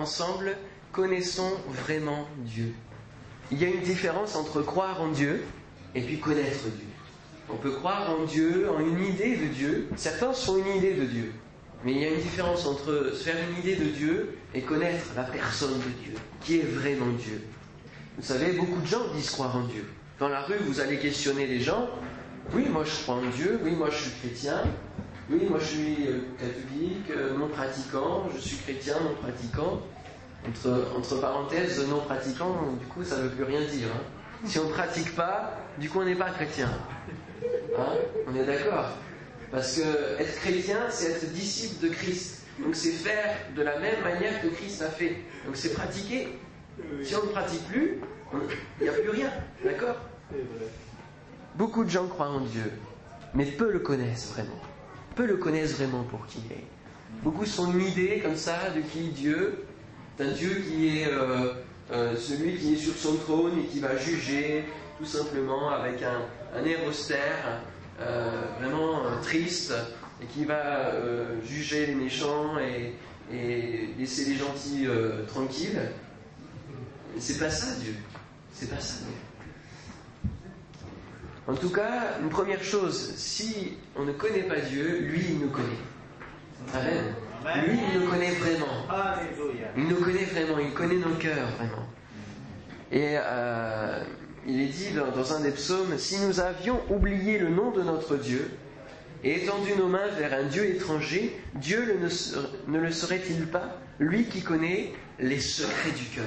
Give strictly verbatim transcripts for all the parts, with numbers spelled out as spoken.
ensemble, connaissons vraiment Dieu. Il y a une différence entre croire en Dieu et puis connaître Dieu. On peut croire en Dieu, en une idée de Dieu. Certains sont une idée de Dieu. Mais il y a une différence entre se faire une idée de Dieu et connaître la personne de Dieu, qui est vraiment Dieu. Vous savez, beaucoup de gens disent croire en Dieu. Dans la rue, vous allez questionner les gens. Oui, moi je crois en Dieu. Oui, moi je suis chrétien. Oui, moi je suis catholique, non pratiquant. Je suis chrétien, non pratiquant. Entre, entre parenthèses, non pratiquant, du coup, ça ne veut plus rien dire. Hein. Si on ne pratique pas, du coup, on n'est pas chrétien. Hein, on est d'accord? Parce que être chrétien, c'est être disciple de Christ. Donc c'est faire de la même manière que Christ a fait. Donc c'est pratiquer. Si on ne pratique plus, il n'y a plus rien. D'accord? Beaucoup de gens croient en Dieu, mais peu le connaissent vraiment. Peu le connaissent vraiment pour qui il est. Beaucoup sont une idée comme ça de qui est Dieu, d'un Dieu qui est euh, euh, celui qui est sur son trône et qui va juger tout simplement avec un, un air austère, euh, vraiment euh, triste, et qui va euh, juger les méchants et, et laisser les gentils euh, tranquilles. C'est pas ça Dieu. C'est pas ça Dieu. En tout cas, une première chose, si on ne connaît pas Dieu, lui il nous connaît. Amen. Lui, il nous connaît vraiment. Il nous connaît vraiment, il connaît nos cœurs vraiment. Et euh, il est dit dans, dans un des psaumes, si nous avions oublié le nom de notre Dieu et étendu nos mains vers un Dieu étranger, Dieu le ne, ne le serait-il pas, lui qui connaît les secrets du cœur?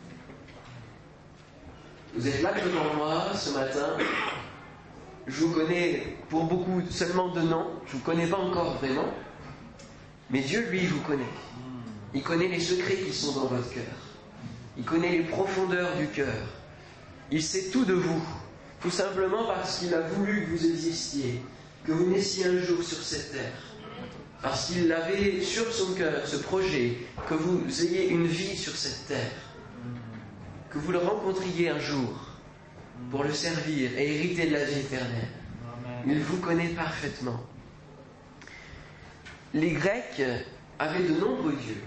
Vous êtes là devant moi ce matin. Je vous connais pour beaucoup seulement de nom, je ne vous connais pas encore vraiment. Mais Dieu, lui, vous connaît. Il connaît les secrets qui sont dans votre cœur. Il connaît les profondeurs du cœur. Il sait tout de vous. Tout simplement parce qu'il a voulu que vous existiez, que vous naissiez un jour sur cette terre. Parce qu'il avait sur son cœur ce projet, que vous ayez une vie sur cette terre. Que vous le rencontriez un jour pour le servir et hériter de la vie éternelle. Il vous connaît parfaitement. Les Grecs avaient de nombreux dieux,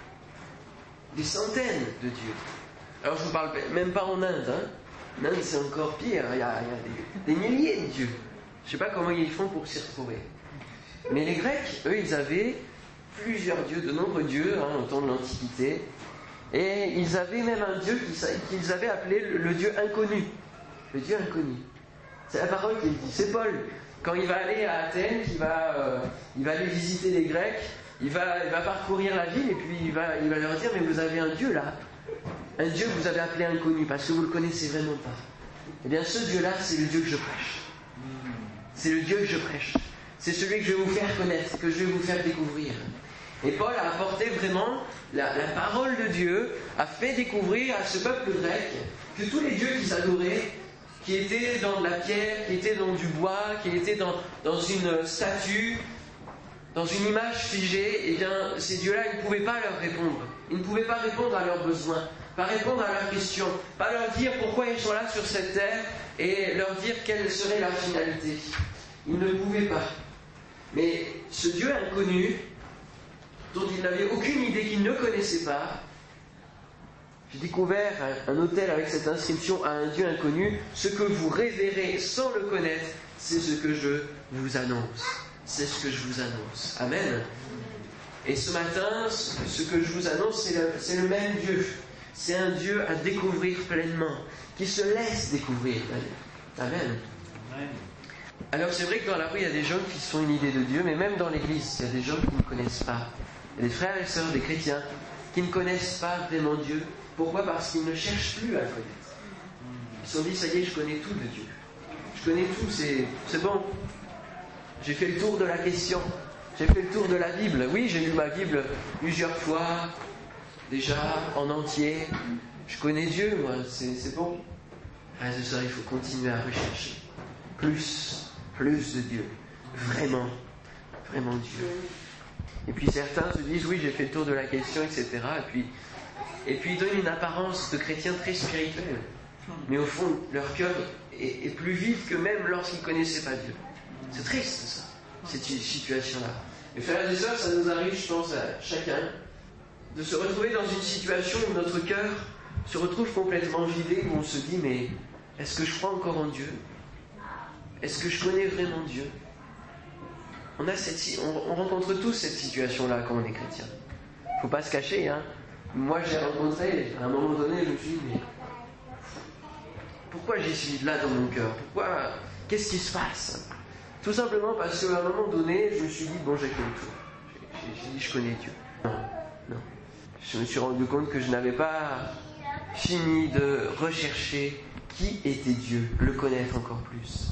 des centaines de dieux. Alors je ne vous parle même pas en Inde, hein. En Inde c'est encore pire, il y a, il y a des, des milliers de dieux. Je ne sais pas comment ils font pour s'y retrouver. Mais les Grecs, eux, ils avaient plusieurs dieux, de nombreux dieux, hein, au temps de l'Antiquité. Et ils avaient même un dieu qu'ils avaient appelé le, le dieu inconnu. Le dieu inconnu. C'est la parole qu'il dit, c'est Paul. Quand il va aller à Athènes, il va, euh, il va aller visiter les Grecs, il va, il va parcourir la ville et puis il va, il va leur dire, mais vous avez un Dieu là, un Dieu que vous avez appelé inconnu parce que vous ne le connaissez vraiment pas. Eh bien ce Dieu-là, c'est le Dieu que je prêche. C'est le Dieu que je prêche. C'est celui que je vais vous faire connaître, que je vais vous faire découvrir. Et Paul a apporté vraiment la, la parole de Dieu, a fait découvrir à ce peuple grec que tous les dieux qu'ils adoraient, qui étaient dans de la pierre, qui étaient dans du bois, qui étaient dans, dans une statue, dans une image figée, eh bien, ces dieux-là, ils ne pouvaient pas leur répondre. Ils ne pouvaient pas répondre à leurs besoins, pas répondre à leurs questions, pas leur dire pourquoi ils sont là sur cette terre et leur dire quelle serait la finalité. Ils ne pouvaient pas. Mais ce Dieu inconnu, dont ils n'avaient aucune idée, qu'ils ne connaissaient pas, j'ai découvert un, un hôtel avec cette inscription à un Dieu inconnu. Ce que vous révérez sans le connaître, c'est ce que je vous annonce. C'est ce que je vous annonce. Amen. Et ce matin, ce que je vous annonce, c'est le, c'est le même Dieu. C'est un Dieu à découvrir pleinement, qui se laisse découvrir. Amen. Amen. Alors c'est vrai que dans la rue, il y a des gens qui se font une idée de Dieu, mais même dans l'église, il y a des gens qui ne connaissent pas. Il y a des frères et sœurs, des chrétiens, qui ne connaissent pas vraiment Dieu. Pourquoi? Parce qu'ils ne cherchent plus à le connaître. Ils se sont dit, ça y est, je connais tout de Dieu. Je connais tout, c'est, c'est bon. J'ai fait le tour de la question. J'ai fait le tour de la Bible. Oui, j'ai lu ma Bible plusieurs fois, déjà, en entier. Je connais Dieu, moi, c'est, c'est bon. Frères et sœurs, il faut continuer à rechercher. Plus, plus de Dieu. Vraiment, vraiment Dieu. Et puis certains se disent, oui, j'ai fait le tour de la question, et cetera. Et puis, et puis ils donnent une apparence de chrétiens très spirituels. Mais au fond, leur cœur est, est plus vide que même lorsqu'ils ne connaissaient pas Dieu. C'est triste, ça, cette situation-là. Et frères et sœurs, ça nous arrive, je pense, à chacun, de se retrouver dans une situation où notre cœur se retrouve complètement vidé, où on se dit, mais est-ce que je crois encore en Dieu? Est-ce que je connais vraiment Dieu? On, a cette, on, on rencontre tous cette situation-là quand on est chrétien. Il ne faut pas se cacher, hein. Moi, j'ai rencontré, à un moment donné, je me suis dit, mais pourquoi j'y suis là dans mon cœur? Pourquoi? Qu'est-ce qui se passe? Tout simplement parce qu'à un moment donné, je me suis dit, bon, j'ai fait le tour. J'ai, j'ai dit, je connais Dieu. Non, non. Je me suis rendu compte que je n'avais pas fini de rechercher qui était Dieu, le connaître encore plus.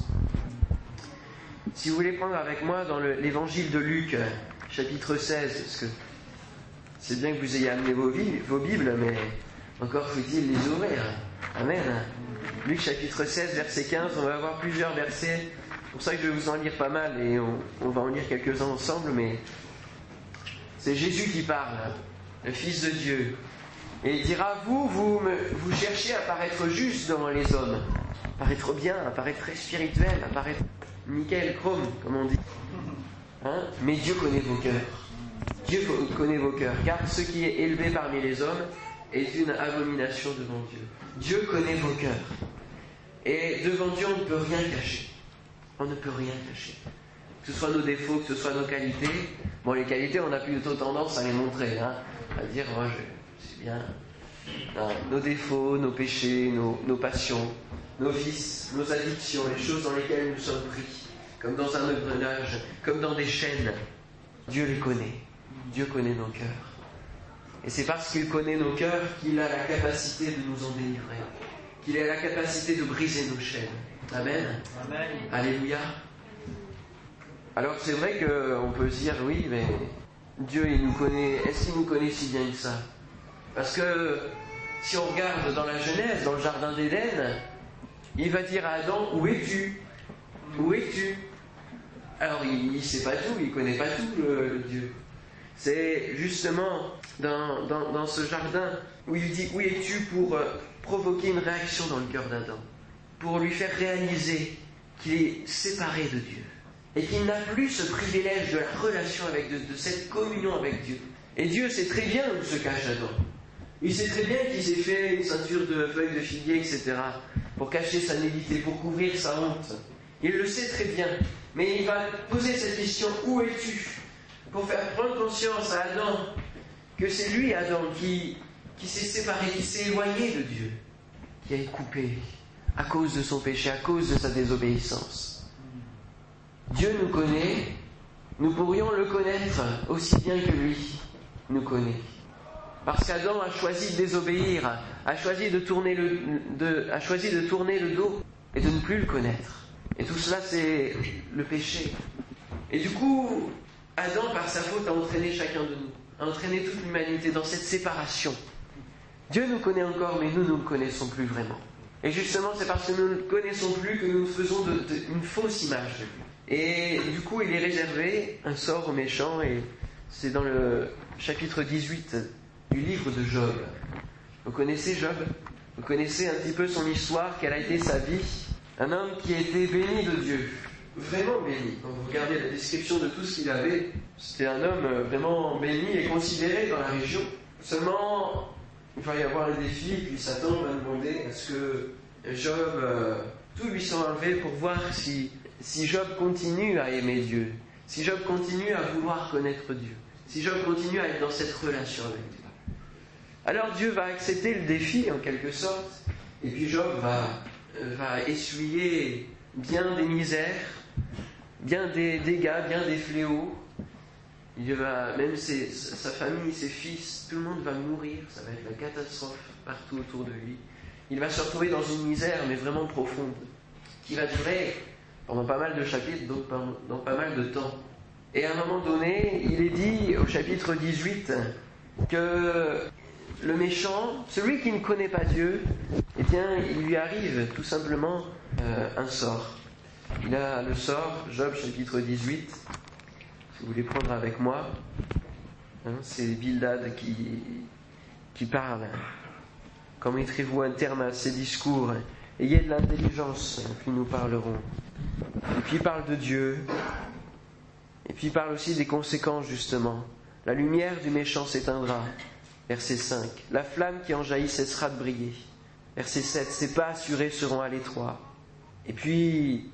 Si vous voulez prendre avec moi dans le, l'évangile de Luc, chapitre seize, parce que c'est bien que vous ayez amené vos, vos Bibles, mais encore faut-il les ouvrir. Amen. Luc chapitre seize, verset quinze, on va avoir plusieurs versets. C'est pour ça que je vais vous en lire pas mal et on, on va en lire quelques-uns ensemble, mais c'est Jésus qui parle, le Fils de Dieu. Et il dira, vous, vous, me, vous cherchez à paraître juste devant les hommes, à paraître bien, à paraître très spirituel, à paraître nickel, chrome, comme on dit. Hein? Mais Dieu connaît vos cœurs. Dieu connaît vos cœurs, car ce qui est élevé parmi les hommes est une abomination devant Dieu. Dieu connaît vos cœurs. Et devant Dieu, on ne peut rien cacher. On ne peut rien cacher. Que ce soit nos défauts, que ce soit nos qualités. Bon, les qualités, on a plutôt tendance à les montrer, hein, à dire, moi, je, c'est bien. Non, nos défauts, nos péchés, nos, nos passions, nos vices, nos addictions, les choses dans lesquelles nous sommes pris, comme dans un engrenage, comme dans des chaînes. Dieu les connaît. Dieu connaît nos cœurs. Et c'est parce qu'il connaît nos cœurs qu'il a la capacité de nous en délivrer, qu'il a la capacité de briser nos chaînes. Amen. Amen. Alléluia. Alors c'est vrai qu'on peut se dire, oui, mais Dieu, il nous connaît. Est-ce qu'il nous connaît si bien que ça? Parce que si on regarde dans la Genèse, dans le jardin d'Éden, il va dire à Adam, où es-tu? Où es-tu? Alors il ne sait pas tout, il ne connaît pas tout, le, le Dieu. C'est justement dans, dans, dans ce jardin où il dit, où es-tu, pour euh, provoquer une réaction dans le cœur d'Adam, pour lui faire réaliser qu'il est séparé de Dieu et qu'il n'a plus ce privilège de la relation avec Dieu, de cette communion avec Dieu. Et Dieu sait très bien où se cache Adam. Il sait très bien qu'il s'est fait une ceinture de feuilles de figuier, et cetera, pour cacher sa nudité, pour couvrir sa honte. Il le sait très bien. Mais il va poser cette question, où es-tu? Pour faire prendre conscience à Adam que c'est lui, Adam, qui, qui s'est séparé, qui s'est éloigné de Dieu, qui a été coupé à cause de son péché, à cause de sa désobéissance. Dieu nous connaît, nous pourrions le connaître aussi bien que lui nous connaît. Parce qu'Adam a choisi de désobéir, a choisi de tourner le, de, a choisi de tourner le dos et de ne plus le connaître. Et tout cela, c'est le péché. Et du coup, Adam, par sa faute, a entraîné chacun de nous, a entraîné toute l'humanité dans cette séparation. Dieu nous connaît encore, mais nous ne nous connaissons plus vraiment. Et justement, c'est parce que nous ne le connaissons plus que nous nous faisons de, de, une fausse image de lui. Et du coup, il est réservé un sort aux méchants, et c'est dans le chapitre dix-huit du livre de Job. Vous connaissez Job? Vous connaissez un petit peu son histoire, quelle a été sa vie? Un homme qui a été béni de Dieu, vraiment béni. Quand vous regardez la description de tout ce qu'il avait, c'était un homme vraiment béni et considéré dans la région. Seulement, il va y avoir le défi, puis Satan va demander à ce que Job, euh, tout lui soit enlevé pour voir si, si Job continue à aimer Dieu, si Job continue à vouloir connaître Dieu, si Job continue à être dans cette relation avec Dieu. Alors Dieu va accepter le défi en quelque sorte, et puis Job va, va essuyer bien des misères, bien des dégâts, bien des fléaux. Il va, même ses, sa famille, ses fils, tout le monde va mourir, ça va être la catastrophe partout autour de lui. Il va se retrouver dans une misère, mais vraiment profonde, qui va durer pendant pas mal de chapitres, donc dans pas mal de temps. Et à un moment donné, il est dit au chapitre dix-huit que le méchant, celui qui ne connaît pas Dieu, eh bien, il lui arrive tout simplement euh, un sort. Il a le sort, Job chapitre dix-huit, si vous voulez prendre avec moi, hein, c'est Bildad qui, qui parle. Quand mettrez-vous un terme à ces discours? Ayez de l'intelligence, puis nous parlerons. Et puis il parle de Dieu, et puis il parle aussi des conséquences justement. La lumière du méchant s'éteindra, Verset cinq. La flamme qui en jaillit cessera de briller. Verset sept. Ses pas assurés seront à l'étroit. Et puis,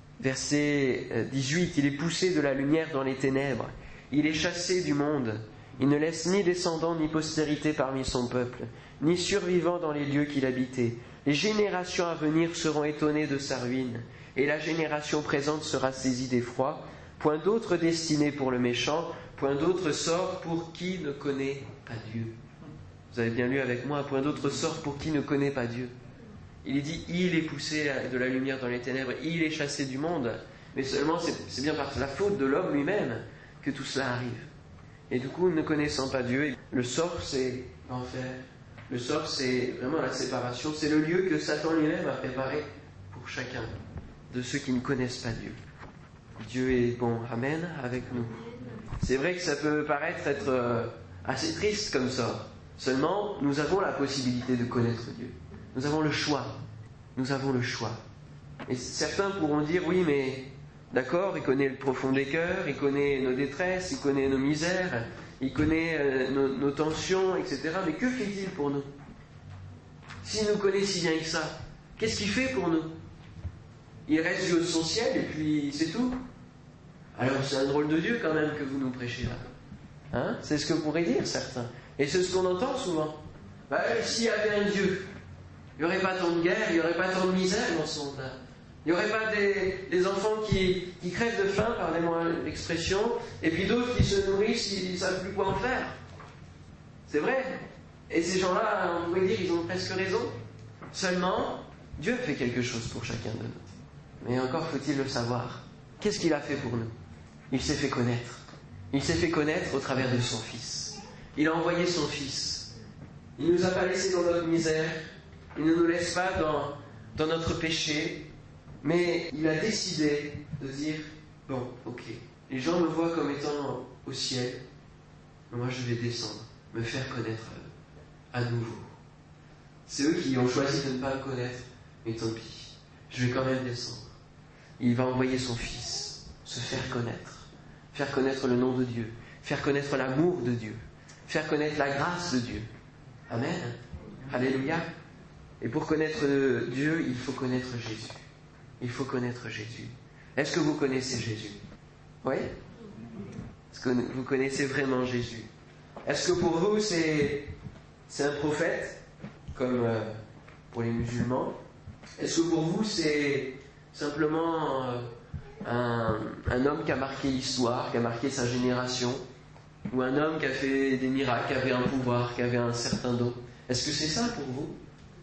verset dix-huit. Il est poussé de la lumière dans les ténèbres. Il est chassé du monde. Il ne laisse ni descendants ni postérité parmi son peuple, ni survivants dans les lieux qu'il habitait. Les générations à venir seront étonnées de sa ruine, et la génération présente sera saisie d'effroi. Point d'autre destinée pour le méchant, point d'autre sort pour qui ne connaît pas Dieu. Vous avez bien lu avec moi, point d'autre sort pour qui ne connaît pas Dieu. Il est dit, il est poussé de la lumière dans les ténèbres, il est chassé du monde, mais seulement c'est, c'est bien par la faute de l'homme lui-même que tout cela arrive. Et du coup, ne connaissant pas Dieu, le sort c'est l'enfer. Le sort c'est vraiment la séparation, c'est le lieu que Satan lui-même a préparé pour chacun de ceux qui ne connaissent pas Dieu. Dieu est bon, amen, avec nous. C'est vrai que ça peut paraître être euh, assez triste comme sort. Seulement, nous avons la possibilité de connaître Dieu. Nous avons le choix. Nous avons le choix. Et certains pourront dire, oui, mais d'accord, il connaît le profond des cœurs, il connaît nos détresses, il connaît nos misères, il connaît euh, nos, nos tensions, et cetera. Mais que fait-il pour nous? S'il nous connaît si bien que ça, qu'est-ce qu'il fait pour nous? Il reste Dieu de son ciel et puis c'est tout. Alors c'est un drôle de Dieu quand même que vous nous prêchez là. Hein? C'est ce que pourraient dire certains. Et c'est ce qu'on entend souvent. Bah, s'il y avait un Dieu, il n'y aurait pas tant de guerre, il n'y aurait pas tant de misère dans ce monde-là. Il n'y aurait pas des, des enfants qui, qui crèvent de faim, pardonnez-moi l'expression, et puis d'autres qui se nourrissent, ils ne savent plus quoi en faire. C'est vrai. Et ces gens-là, on pourrait dire, ils ont presque raison. Seulement, Dieu fait quelque chose pour chacun de nous. Mais encore faut-il le savoir. Qu'est-ce qu'il a fait pour nous? Il s'est fait connaître. Il s'est fait connaître au travers de son Fils. Il a envoyé son Fils. Il ne nous a pas laissés dans notre misère. Il ne nous laisse pas dans, dans notre péché. Mais il a décidé de dire, bon, ok, les gens me voient comme étant au ciel. Mais moi je vais descendre, me faire connaître à nouveau. C'est eux qui ont choisi de ne pas le connaître. Mais tant pis, je vais quand même descendre. Il va envoyer son Fils, se faire connaître, faire connaître le nom de Dieu, faire connaître l'amour de Dieu, faire connaître la grâce de Dieu. Amen. Alléluia. Et pour connaître Dieu, il faut connaître Jésus. Il faut connaître Jésus. Est-ce que vous connaissez Jésus? Oui? Est-ce que vous connaissez vraiment Jésus? Est-ce que pour vous c'est, c'est un prophète, comme euh, pour les musulmans? Est-ce que pour vous c'est simplement euh, un, un homme qui a marqué l'histoire, qui a marqué sa génération, ou un homme qui a fait des miracles, qui avait un pouvoir, qui avait un certain don? Est-ce que c'est ça pour vous?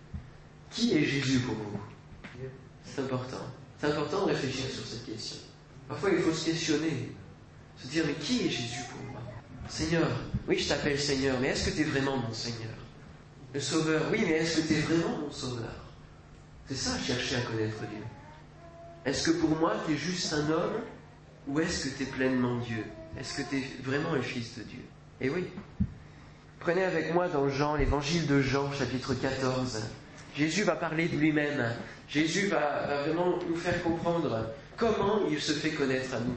Qui est Jésus pour vous? C'est important. C'est important de réfléchir sur cette question. Parfois il faut se questionner, se dire mais qui est Jésus pour moi? Seigneur, oui je t'appelle Seigneur, mais est-ce que tu es vraiment mon Seigneur? Le Sauveur, oui mais est-ce que tu es vraiment mon Sauveur? C'est ça, chercher à connaître Dieu. Est-ce que pour moi, tu es juste un homme ou est-ce que tu es pleinement Dieu? Est-ce que tu es vraiment le Fils de Dieu? Eh oui. Prenez avec moi dans Jean, l'évangile de Jean, chapitre quatorze. Jésus va parler de lui-même. Jésus va, va vraiment nous faire comprendre comment il se fait connaître à nous.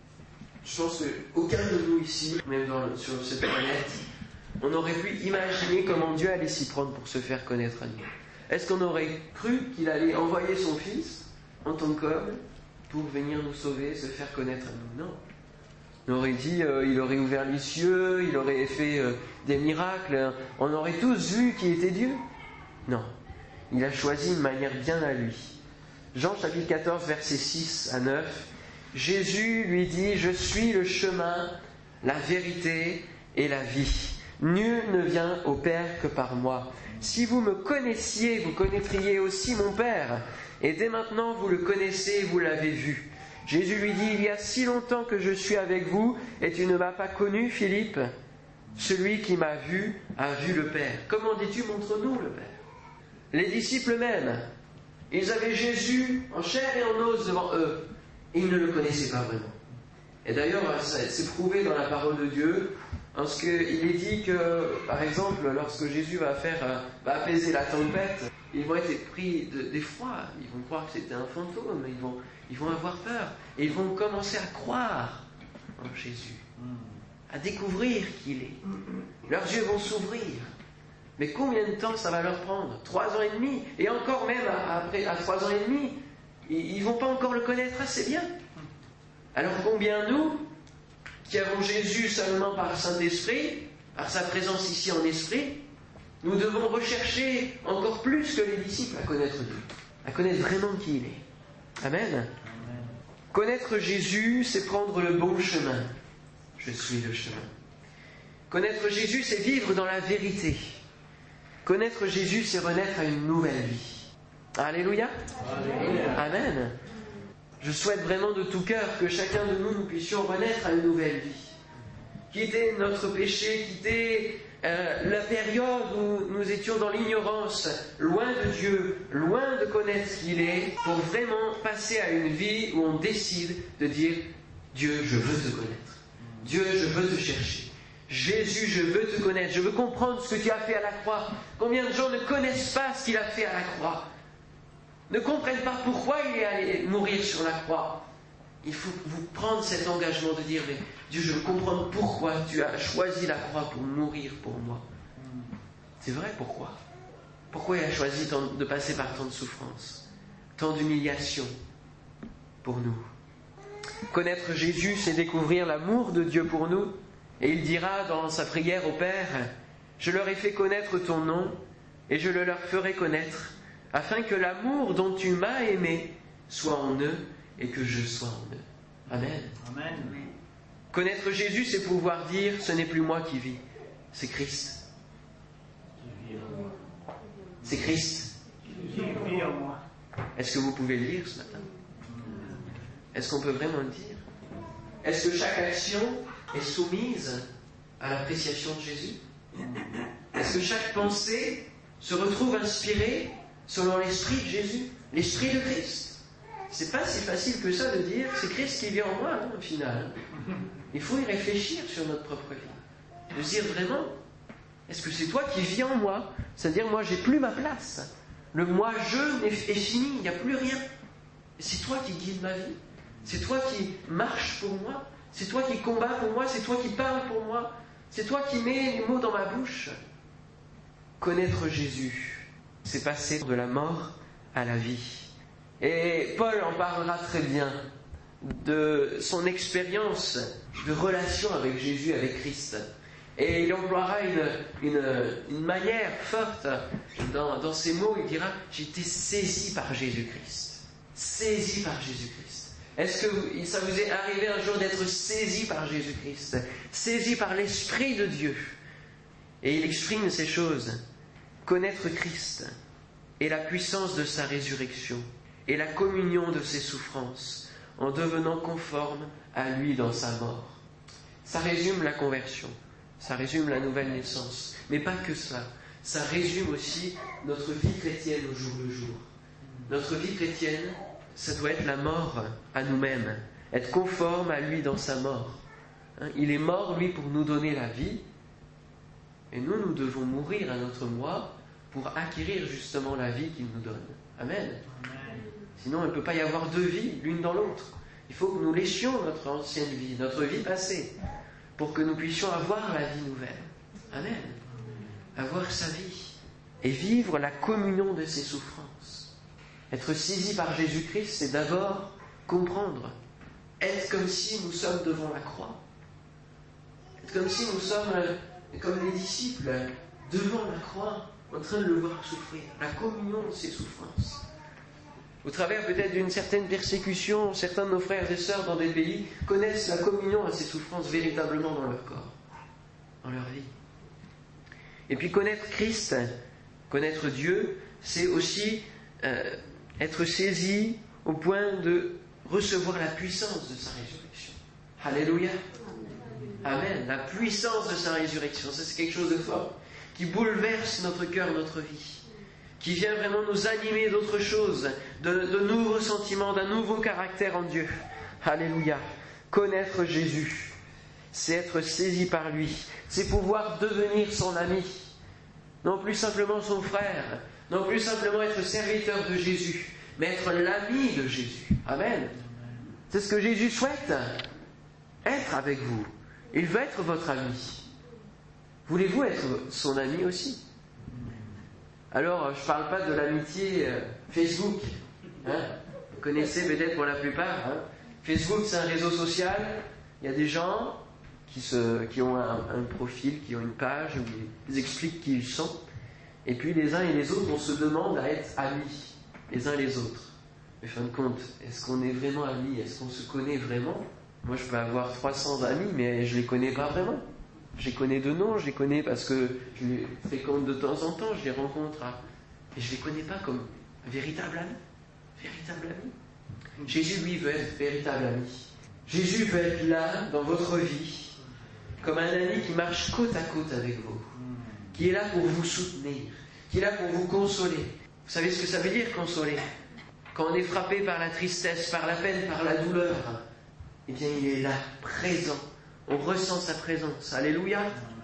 Je pense qu'aucun de nous ici, même dans, sur cette planète, on aurait pu imaginer comment Dieu allait s'y prendre pour se faire connaître à nous. Est-ce qu'on aurait cru qu'il allait envoyer son Fils en tant qu'homme pour venir nous sauver, se faire connaître à nous? Non. On aurait dit, euh, il aurait ouvert les cieux, il aurait fait euh, des miracles, on aurait tous vu qui était Dieu. Non. Il a choisi une manière bien à lui. Jean chapitre quatorze, versets six à neuf. Jésus lui dit, je suis le chemin, la vérité et la vie. Nul ne vient au Père que par moi. Si vous me connaissiez, vous connaîtriez aussi mon Père. Et dès maintenant, vous le connaissez et vous l'avez vu. Jésus lui dit, il y a si longtemps que je suis avec vous, et tu ne m'as pas connu, Philippe? Celui qui m'a vu a vu le Père. Comment dis-tu, montre-nous le Père? Les disciples même, ils avaient Jésus en chair et en os devant eux, et ils ne le connaissaient pas vraiment. Et d'ailleurs, c'est prouvé dans la parole de Dieu, parce qu'il est dit que, par exemple, lorsque Jésus va faire, va apaiser la tempête, ils vont être pris de, d'effroi, ils vont croire que c'était un fantôme, ils vont, ils vont avoir peur, et ils vont commencer à croire en Jésus. à découvrir qui il est. Leurs yeux vont s'ouvrir. Mais combien de temps ça va leur prendre? Trois ans et demi. Et encore même, après, à trois ans et demi, ils ne vont pas encore le connaître assez bien. Alors combien nous, qui avons Jésus seulement par le Saint-Esprit, par sa présence ici en esprit, nous devons rechercher encore plus que les disciples à connaître Dieu, à connaître vraiment qui il est. Amen. Amen. Connaître Jésus, c'est prendre le bon chemin. Je suis le chemin. Connaître Jésus, c'est vivre dans la vérité. Connaître Jésus, c'est renaître à une nouvelle vie. Alléluia. Alléluia. Amen. Je souhaite vraiment de tout cœur que chacun de nous, nous puissions renaître à une nouvelle vie. Quitter notre péché, quitter euh, la période où nous étions dans l'ignorance, loin de Dieu, loin de connaître qui il est, pour vraiment passer à une vie où on décide de dire « Dieu, je veux te connaître. Dieu, je veux te chercher. Jésus, je veux te connaître. Je veux comprendre ce que tu as fait à la croix. » Combien de gens ne connaissent pas ce qu'il a fait à la croix? Ne comprennent pas pourquoi il est allé mourir sur la croix. Il faut vous prendre cet engagement de dire, mais Dieu, je veux comprendre pourquoi tu as choisi la croix pour mourir pour moi. C'est vrai, pourquoi? Pourquoi il a choisi tant, de passer par tant de souffrances, tant d'humiliation pour nous? Connaître Jésus, c'est découvrir l'amour de Dieu pour nous. Et il dira dans sa prière au Père, « Je leur ai fait connaître ton nom, et je le leur ferai connaître, afin que l'amour dont tu m'as aimé soit en eux, et que je sois en eux. » Amen. Amen. Connaître Jésus, c'est pouvoir dire, ce n'est plus moi qui vis, c'est Christ. C'est Christ. Est-ce que vous pouvez le dire ce matin? Est-ce qu'on peut vraiment le dire? Est-ce que chaque action est soumise à l'appréciation de Jésus? Est-ce que chaque pensée se retrouve inspirée selon l'esprit de Jésus, l'esprit de Christ? C'est pas si facile que ça de dire c'est Christ qui vit en moi, hein, au final. Il faut y réfléchir sur notre propre vie. De se dire vraiment, est-ce que c'est toi qui vis en moi? C'est-à-dire, moi, j'ai plus ma place. Le moi-je est fini, il n'y a plus rien. C'est toi qui guides ma vie. C'est toi qui marches pour moi. C'est toi qui combats pour moi. C'est toi qui parles pour moi. C'est toi qui mets les mots dans ma bouche. Connaître Jésus, c'est passer de la mort à la vie. Et Paul en parlera très bien de son expérience de relation avec Jésus, avec Christ. Et il emploiera une, une, une manière forte dans, dans ses mots. Il dira « J'ai été saisi par Jésus-Christ. » Saisi par Jésus-Christ. Est-ce que ça vous est arrivé un jour d'être saisi par Jésus-Christ? Saisi par l'Esprit de Dieu? Et il exprime ces choses. Connaître Christ et la puissance de sa résurrection et la communion de ses souffrances en devenant conforme à lui dans sa mort. Ça résume la conversion. Ça résume la nouvelle naissance. Mais pas que ça. Ça résume aussi notre vie chrétienne au jour le jour. Notre vie chrétienne, ça doit être la mort à nous-mêmes. Être conforme à lui dans sa mort. Hein, il est mort, lui, pour nous donner la vie. Et nous, nous devons mourir à notre moi pour acquérir justement la vie qu'il nous donne. Amen. Amen. Sinon, il ne peut pas y avoir deux vies, l'une dans l'autre. Il faut que nous laissions notre ancienne vie, notre vie passée, pour que nous puissions avoir la vie nouvelle. Amen. Avoir sa vie et vivre la communion de ses souffrances. Être saisi par Jésus-Christ, c'est d'abord comprendre. Être comme si nous sommes devant la croix. Être comme si nous sommes, comme les disciples, devant la croix, en train de le voir souffrir. La communion de ses souffrances. Au travers peut-être d'une certaine persécution, certains de nos frères et sœurs dans des pays connaissent la communion à ces souffrances véritablement dans leur corps, dans leur vie. Et puis connaître Christ, connaître Dieu, c'est aussi euh, être saisi au point de recevoir la puissance de sa résurrection. Alléluia. Amen. La puissance de sa résurrection, ça c'est quelque chose de fort, qui bouleverse notre cœur, notre vie. Qui vient vraiment nous animer d'autre chose, de, de nouveaux sentiments, d'un nouveau caractère en Dieu. Alléluia. Connaître Jésus, c'est être saisi par lui, c'est pouvoir devenir son ami. Non plus simplement son frère, non plus simplement être serviteur de Jésus, mais être l'ami de Jésus. Amen. C'est ce que Jésus souhaite, être avec vous. Il veut être votre ami. Voulez-vous être son ami aussi? Alors, je ne parle pas de l'amitié euh, Facebook. Hein? Vous connaissez peut-être pour la plupart. Hein? Facebook, c'est un réseau social. Il y a des gens qui, se, qui ont un, un profil, qui ont une page où ils expliquent qui ils sont. Et puis les uns et les autres, on se demande à être amis, les uns les autres. Mais fin de compte, est-ce qu'on est vraiment amis? Est-ce qu'on se connaît vraiment? Moi, je peux avoir trois cents amis, mais je ne les connais pas vraiment. Je les connais de nom, je les connais parce que je les fréquente de temps en temps, je les rencontre. À... Et je ne les connais pas comme véritables amis. Véritable ami. Jésus, lui, veut être véritable ami. Jésus veut être là, dans votre vie, comme un ami qui marche côte à côte avec vous, qui est là pour vous soutenir, qui est là pour vous consoler. Vous savez ce que ça veut dire, consoler? Quand on est frappé par la tristesse, par la peine, par la douleur, eh bien, il est là, présent. On ressent sa présence. Alléluia.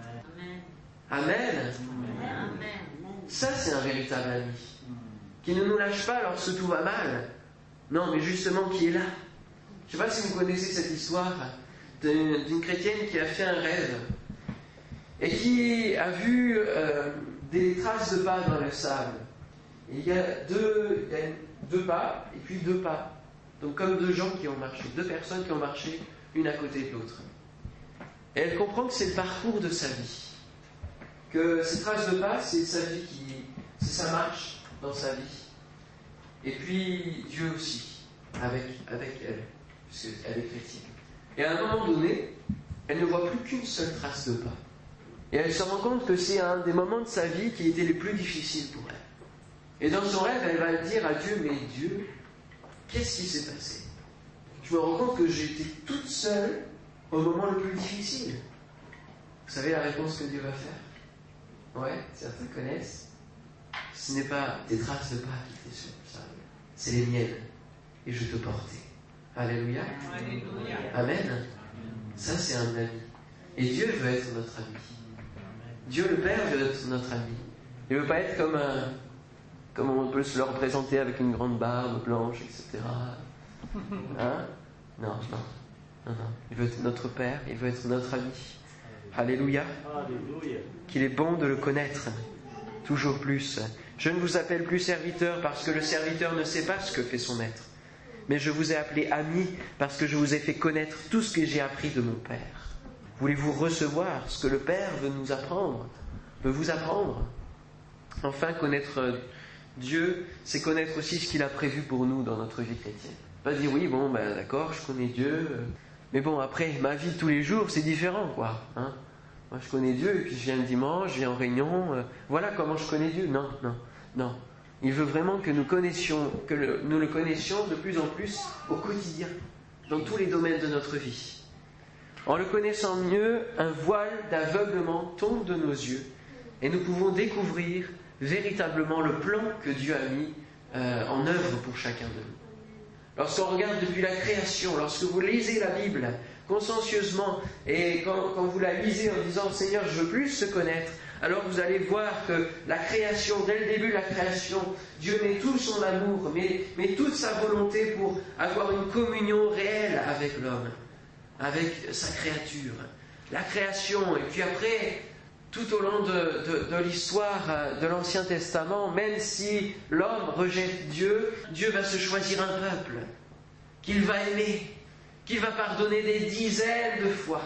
Amen. Amen. Amen. Ça, c'est un véritable ami. Qui ne nous lâche pas lorsque tout va mal. Non, mais justement, qui est là. Je ne sais pas si vous connaissez cette histoire d'une chrétienne qui a fait un rêve et qui a vu euh, des traces de pas dans le sable. Et il y a deux, il y a deux pas et puis deux pas. Donc comme deux gens qui ont marché, deux personnes qui ont marché une à côté de l'autre. Et elle comprend que c'est le parcours de sa vie. Que ces traces de pas, c'est sa vie qui... c'est sa marche dans sa vie. Et puis Dieu aussi, avec, avec elle, puisqu'elle est chrétienne. Et à un moment donné, elle ne voit plus qu'une seule trace de pas. Et elle se rend compte que c'est un des moments de sa vie qui était les plus difficiles pour elle. Et dans son rêve, elle va dire à Dieu, mais Dieu, qu'est-ce qui s'est passé? Je me rends compte que j'étais toute seule au moment le plus difficile. Vous savez la réponse que Dieu va faire? Ouais, certains connaissent. Ce n'est pas tes traces de pas qui étaient sur le sable, c'est les miennes. Et je te portais. Alléluia. Alléluia. Amen. Ça, c'est un ami. Et Dieu veut être notre ami. Dieu le Père veut être notre ami. Il ne veut pas être comme un, comme on peut se le représenter avec une grande barbe blanche, et cetera. Hein? Non, non. Non, non. Il veut être notre Père, il veut être notre ami. Alléluia. Alléluia. Qu'il est bon de le connaître. Toujours plus. Je ne vous appelle plus serviteur parce que le serviteur ne sait pas ce que fait son maître. Mais je vous ai appelé ami parce que je vous ai fait connaître tout ce que j'ai appris de mon Père. Voulez-vous recevoir ce que le Père veut nous apprendre, veut vous apprendre? Enfin, connaître Dieu, c'est connaître aussi ce qu'il a prévu pour nous dans notre vie chrétienne. Pas dire oui, bon, ben d'accord, je connais Dieu, mais bon, après, ma vie de tous les jours, c'est différent, quoi. Hein? Moi, je connais Dieu, et puis je viens le dimanche, je viens en réunion, euh, voilà comment je connais Dieu. Non, non, non. Il veut vraiment que nous connaissions, que le, nous le connaissions de plus en plus au quotidien, dans tous les domaines de notre vie. En le connaissant mieux, un voile d'aveuglement tombe de nos yeux, et nous pouvons découvrir véritablement le plan que Dieu a mis euh, en œuvre pour chacun de nous. Lorsqu'on regarde depuis la création, lorsque vous lisez la Bible consciencieusement, et quand, quand vous la lisez en disant « Seigneur, je veux plus te connaître », alors vous allez voir que la création, dès le début de la création, Dieu met tout son amour, met, met toute sa volonté pour avoir une communion réelle avec l'homme, avec sa créature. La création, et puis après, tout au long de, de, de l'histoire de l'Ancien Testament, même si l'homme rejette Dieu, Dieu va se choisir un peuple qu'il va aimer, qu'il va pardonner des dizaines de fois,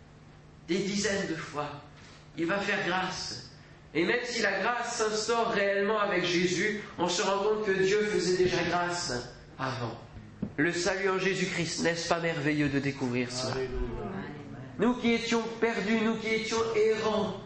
des dizaines de fois. Il va faire grâce. Et même si la grâce s'instaure réellement avec Jésus, on se rend compte que Dieu faisait déjà grâce avant. Le salut en Jésus-Christ, n'est-ce pas merveilleux de découvrir cela? Nous qui étions perdus, nous qui étions errants,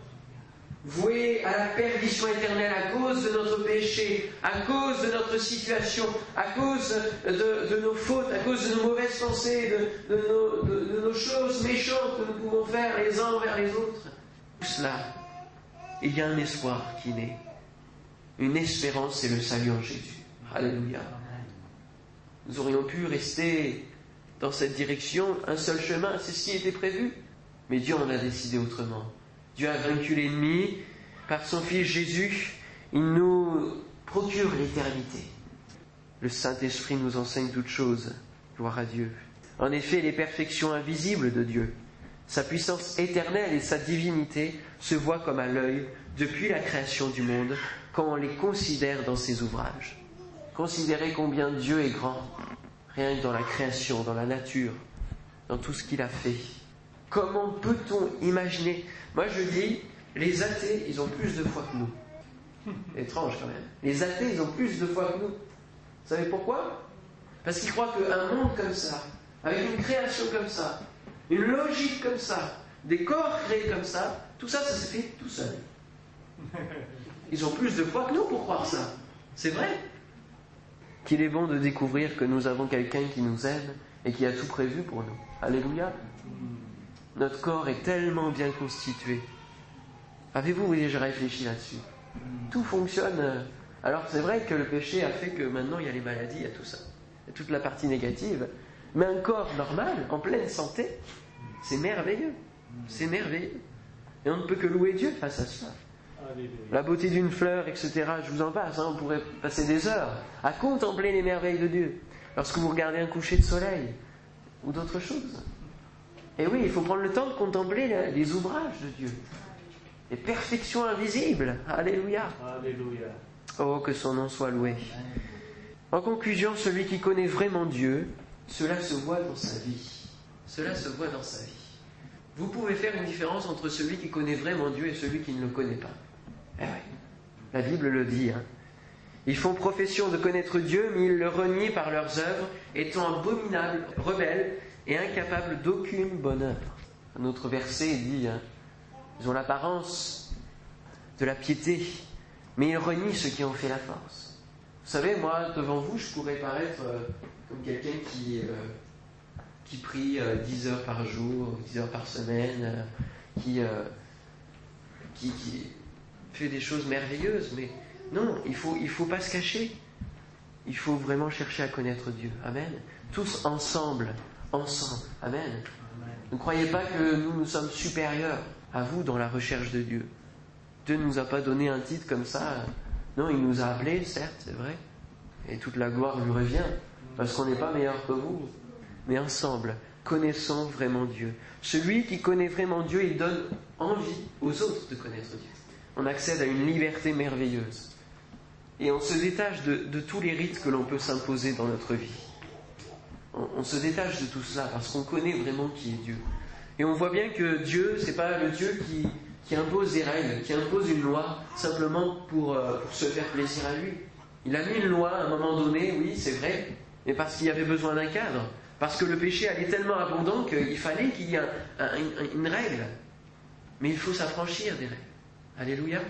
voués à la perdition éternelle à cause de notre péché, à cause de notre situation, à cause de, de nos fautes, à cause de nos mauvaises pensées, de, de, nos, de, de nos choses méchantes que nous pouvons faire les uns envers les autres. Tout cela, il y a un espoir qui naît. Une espérance, c'est le salut en Jésus. Alléluia. Nous aurions pu rester dans cette direction, un seul chemin, c'est ce qui était prévu. Mais Dieu en a décidé autrement. Dieu a vaincu l'ennemi. Par son Fils Jésus, il nous procure l'éternité. Le Saint-Esprit nous enseigne toutes choses. Gloire à Dieu. En effet, les perfections invisibles de Dieu, Sa puissance éternelle et sa divinité se voient comme à l'œil depuis la création du monde, quand on les considère dans ses ouvrages. Considérez combien Dieu est grand, rien que dans la création, dans la nature, dans tout ce qu'il a fait. Comment peut-on imaginer? Moi je dis, les athées, ils ont plus de foi que nous. Étrange quand même. Les athées, ils ont plus de foi que nous. Vous savez pourquoi? Parce qu'ils croient qu'un monde comme ça, avec une création comme ça, une logique comme ça, des corps créés comme ça, tout ça, ça se fait tout seul. Ils ont plus de foi que nous pour croire ça. C'est vrai. Qu'il est bon de découvrir que nous avons quelqu'un qui nous aime et qui a tout prévu pour nous. Alléluia. Notre corps est tellement bien constitué. Avez-vous déjà réfléchi là-dessus? Tout fonctionne. Alors c'est vrai que le péché a fait que maintenant il y a les maladies, il y a tout ça. Il y a toute la partie négative. Mais un corps normal, en pleine santé, c'est merveilleux. C'est merveilleux. Et on ne peut que louer Dieu face à cela. La beauté d'une fleur, et cetera. Je vous en passe, hein, on pourrait passer des heures à contempler les merveilles de Dieu. Lorsque vous regardez un coucher de soleil, ou d'autres choses. Et oui, il faut prendre le temps de contempler les ouvrages de Dieu. Les perfections invisibles. Alléluia. Alléluia. Oh, que son nom soit loué. En conclusion, celui qui connaît vraiment Dieu, cela se voit dans sa vie. Cela se voit dans sa vie. Vous pouvez faire une différence entre celui qui connaît vraiment Dieu et celui qui ne le connaît pas. Eh oui, la Bible le dit. Hein. Ils font profession de connaître Dieu, mais ils le renient par leurs œuvres, étant abominables, rebelles et incapables d'aucune bonne œuvre. Un autre verset dit, hein, ils ont l'apparence de la piété, mais ils renient ceux qui ont fait la force. Vous savez, moi, devant vous, je pourrais paraître euh, comme quelqu'un qui, euh, qui prie euh, dix heures par jour, dix heures par semaine, euh, qui, euh, qui, qui fait des choses merveilleuses, mais non, il faut, il faut pas se cacher. Il faut vraiment chercher à connaître Dieu. Amen. Tous ensemble, ensemble. Amen. Amen. Ne croyez pas que nous, nous sommes supérieurs à vous dans la recherche de Dieu. Dieu ne nous a pas donné un titre comme ça. Non, il nous a appelés, certes, c'est vrai. Et toute la gloire lui revient, parce qu'on n'est pas meilleur que vous. Mais ensemble, connaissons vraiment Dieu. Celui qui connaît vraiment Dieu, il donne envie aux autres de connaître Dieu. On accède à une liberté merveilleuse. Et on se détache de, de tous les rites que l'on peut s'imposer dans notre vie. On, on se détache de tout cela parce qu'on connaît vraiment qui est Dieu. Et on voit bien que Dieu, c'est pas le Dieu qui, qui impose des règles, qui impose une loi simplement pour, euh, pour se faire plaisir à lui. Il a mis une loi à un moment donné, oui, c'est vrai, mais parce qu'il y avait besoin d'un cadre. Parce que le péché allait tellement abondant qu'il fallait qu'il y ait un, un, une, une règle. Mais il faut s'affranchir des règles. Alléluia.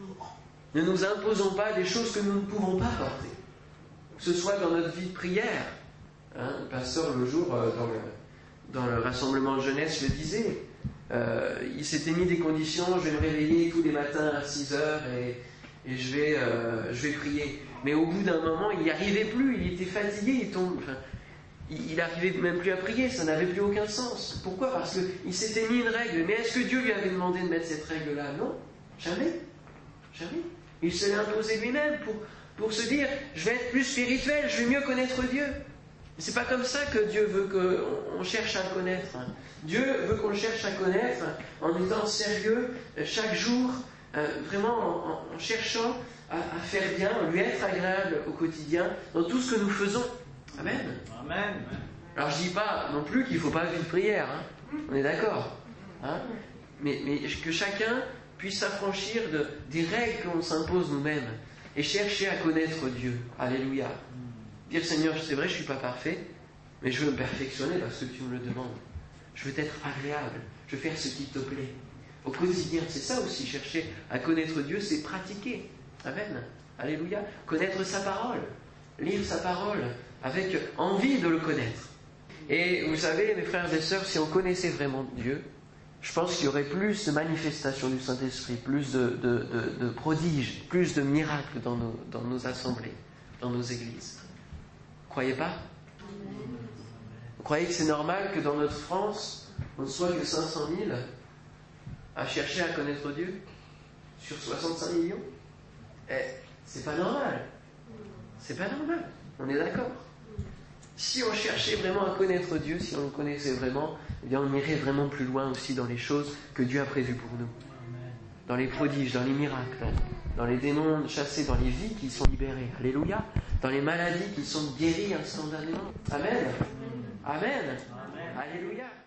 Ne nous imposons pas des choses que nous ne pouvons pas porter. Que ce soit dans notre vie de prière. Hein, le pasteur, le jour, euh, dans, le, dans le rassemblement de jeunesse, le disait. Euh, il s'était mis des conditions, je vais me réveiller tous les matins à six heures et, et je, vais, euh, je vais prier. Mais au bout d'un moment, il n'y arrivait plus, il était fatigué, il tombe... Enfin, il n'arrivait même plus à prier, ça n'avait plus aucun sens. Pourquoi? Parce qu'il s'était mis une règle. Mais est-ce que Dieu lui avait demandé de mettre cette règle-là? Non, jamais. Jamais. Il se l'est imposé lui-même pour, pour se dire, je vais être plus spirituel, je vais mieux connaître Dieu. Mais c'est pas comme ça que Dieu veut qu'on cherche à le connaître. Dieu veut qu'on le cherche à connaître en étant sérieux chaque jour, euh, vraiment en, en cherchant à, à faire bien, à lui être agréable au quotidien, dans tout ce que nous faisons. Amen. Amen. Alors je dis pas non plus qu'il ne faut pas vivre de prière, hein. On est d'accord, hein, mais, mais que chacun puisse s'affranchir de, des règles qu'on s'impose nous-mêmes et chercher à connaître Dieu. Alléluia. Dire Seigneur, c'est vrai, je ne suis pas parfait, mais je veux me perfectionner parce que tu me le demandes. Je veux être agréable, je veux faire ce qui te plaît. Au quotidien, c'est ça aussi, chercher à connaître Dieu, c'est pratiquer. Amen. Alléluia. Connaître sa parole, lire sa parole, avec envie de le connaître. Et vous savez, mes frères et sœurs, si on connaissait vraiment Dieu, je pense qu'il y aurait plus de manifestations du Saint-Esprit, plus de, de, de, de prodiges, plus de miracles dans nos, dans nos assemblées, dans nos églises. Vous croyez pas? Vous croyez que c'est normal que dans notre France, on ne soit que cinq cent mille à chercher à connaître Dieu sur soixante-cinq millions? Eh, c'est pas normal. C'est pas normal. On est d'accord. Si on cherchait vraiment à connaître Dieu, si on le connaissait vraiment, eh bien on irait vraiment plus loin aussi dans les choses que Dieu a prévues pour nous. Dans les prodiges, dans les miracles, dans les démons chassés, dans les vies qui sont libérées. Alléluia. Dans les maladies qui sont guéries instantanément. Amen. Amen. Amen. Alléluia.